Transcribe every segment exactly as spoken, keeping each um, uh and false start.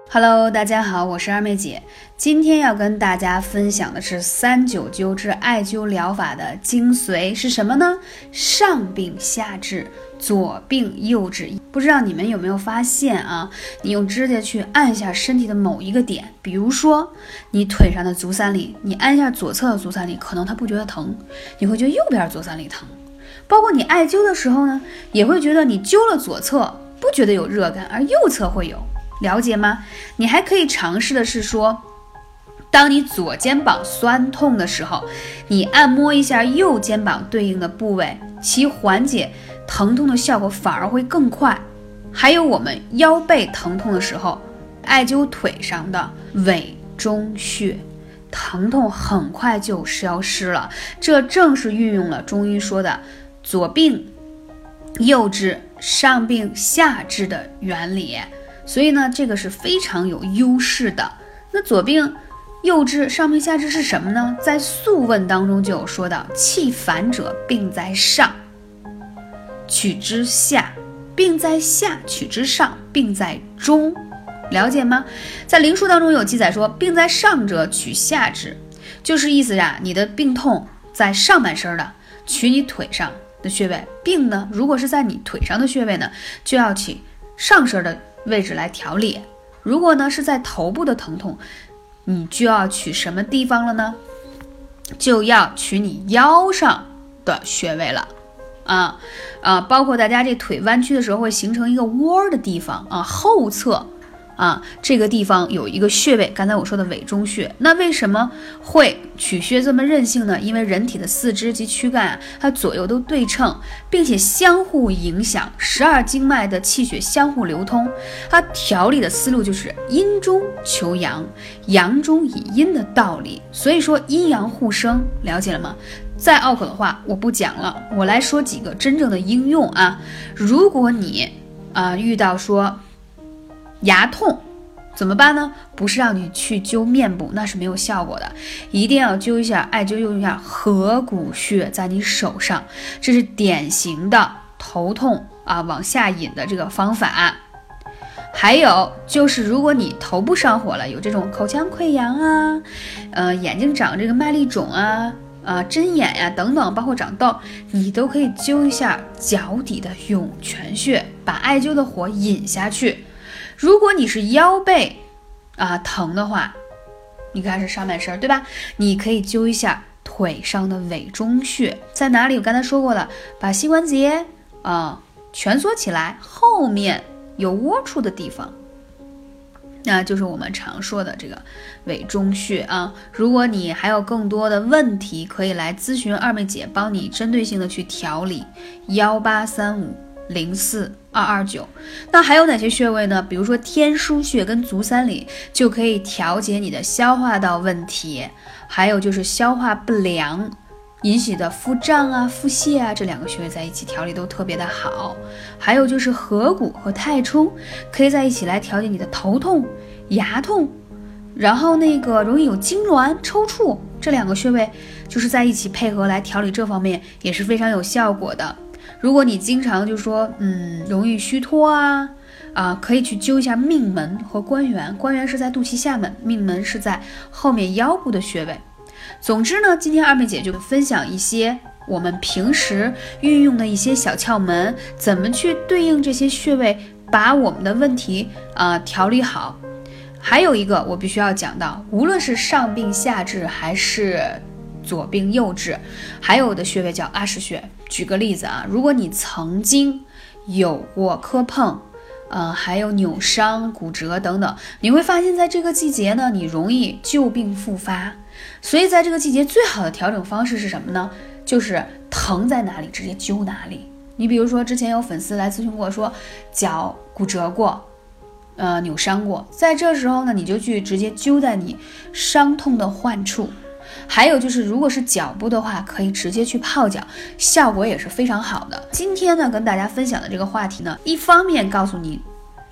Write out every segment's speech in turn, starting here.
Hello， 大家好，我是二妹姐。今天要跟大家分享的是三九灸之艾灸疗法的精髓是什么呢？上病下治，左病右治。不知道你们有没有发现啊？你用指甲去按下身体的某一个点，比如说你腿上的足三里，你按下左侧的足三里，可能它不觉得疼，你会觉得右边足三里疼。包括你艾灸的时候呢，也会觉得你灸了左侧不觉得有热感，而右侧会有。了解吗？你还可以尝试的是说，当你左肩膀酸痛的时候，你按摩一下右肩膀对应的部位，其缓解疼痛的效果反而会更快。还有我们腰背疼痛的时候，艾灸腿上的委中穴，疼痛很快就消失了。这正是运用了中医说的左病右治，上病下治的原理。所以呢，这个是非常有优势的。那左病右治，上病下治是什么呢？在《素问》当中就有说到，气烦者病在上，取之下；病在下，取之上；病在中。了解吗？在灵枢当中有记载说，病在上者取下治，就是意思呀，你的病痛在上半身的，取你腿上的穴位；病呢，如果是在你腿上的穴位呢，就要取上身的位置来调理。如果呢是在头部的疼痛，你就要取什么地方了呢？就要取你腰上的穴位了啊啊！包括大家这腿弯曲的时候会形成一个窝的地方啊，后侧啊这个地方有一个穴位，刚才我说的委中穴。那为什么会取穴这么任性呢？因为人体的四肢及躯干啊，它左右都对称，并且相互影响，十二经脉的气血相互流通。它调理的思路就是阴中求阳，阳中以阴的道理。所以说阴阳互生，了解了吗？再拗口的话我不讲了，我来说几个真正的应用啊。如果你啊、呃、遇到说牙痛怎么办呢？不是让你去灸面部，那是没有效果的，一定要灸一下艾灸用一下合谷穴在你手上，这是典型的头痛啊往下引的这个方法。还有就是如果你头部上火了，有这种口腔溃疡啊，呃眼睛长这个麦粒肿啊，啊针眼呀、啊、等等，包括长痘，你都可以灸一下脚底的涌泉穴，把艾灸的火引下去。如果你是腰背啊疼的话，你看是上半身对吧？你可以灸一下腿上的委中穴，在哪里？我刚才说过了，把膝关节啊蜷缩起来，后面有窝处的地方，那就是我们常说的这个委中穴啊。如果你还有更多的问题，可以来咨询二妹姐，帮你针对性的去调理。幺八三五零四二二九。那还有哪些穴位呢？比如说天枢穴跟足三里就可以调节你的消化道问题，还有就是消化不良引起的腹胀啊、腹泻啊，这两个穴位在一起调理都特别的好。还有就是合谷和太冲可以在一起来调节你的头痛、牙痛，然后那个容易有痉挛、抽搐，这两个穴位就是在一起配合来调理这方面也是非常有效果的。如果你经常就说嗯容易虚脱啊啊，可以去灸一下命门和关元，关元是在肚脐下面，命门是在后面腰部的穴位。总之呢，今天二妹姐就分享一些我们平时运用的一些小窍门，怎么去对应这些穴位，把我们的问题啊、呃、调理好。还有一个我必须要讲到，无论是上病下治还是左病右治，还有的穴位叫阿是穴。举个例子啊，如果你曾经有过磕碰呃，还有扭伤、骨折等等，你会发现在这个季节呢，你容易旧病复发。所以在这个季节最好的调整方式是什么呢？就是疼在哪里直接灸哪里。你比如说之前有粉丝来咨询过，说脚骨折过呃，扭伤过，在这时候呢，你就去直接灸在你伤痛的患处。还有就是如果是脚部的话，可以直接去泡脚，效果也是非常好的。今天呢跟大家分享的这个话题呢，一方面告诉你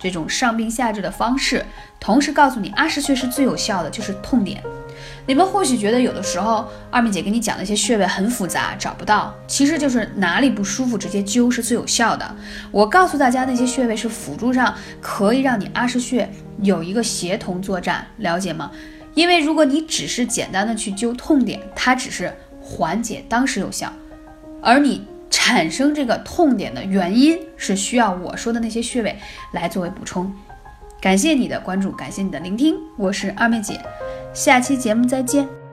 这种上病下治的方式，同时告诉你阿是穴是最有效的，就是痛点。你们或许觉得有的时候二妹姐给你讲的一些穴位很复杂找不到，其实就是哪里不舒服直接灸是最有效的。我告诉大家那些穴位是辅助上可以让你阿是穴有一个协同作战，了解吗？因为如果你只是简单的去灸痛点，它只是缓解当时有效，而你产生这个痛点的原因是需要我说的那些穴位来作为补充。感谢你的关注，感谢你的聆听，我是二妹姐，下期节目再见。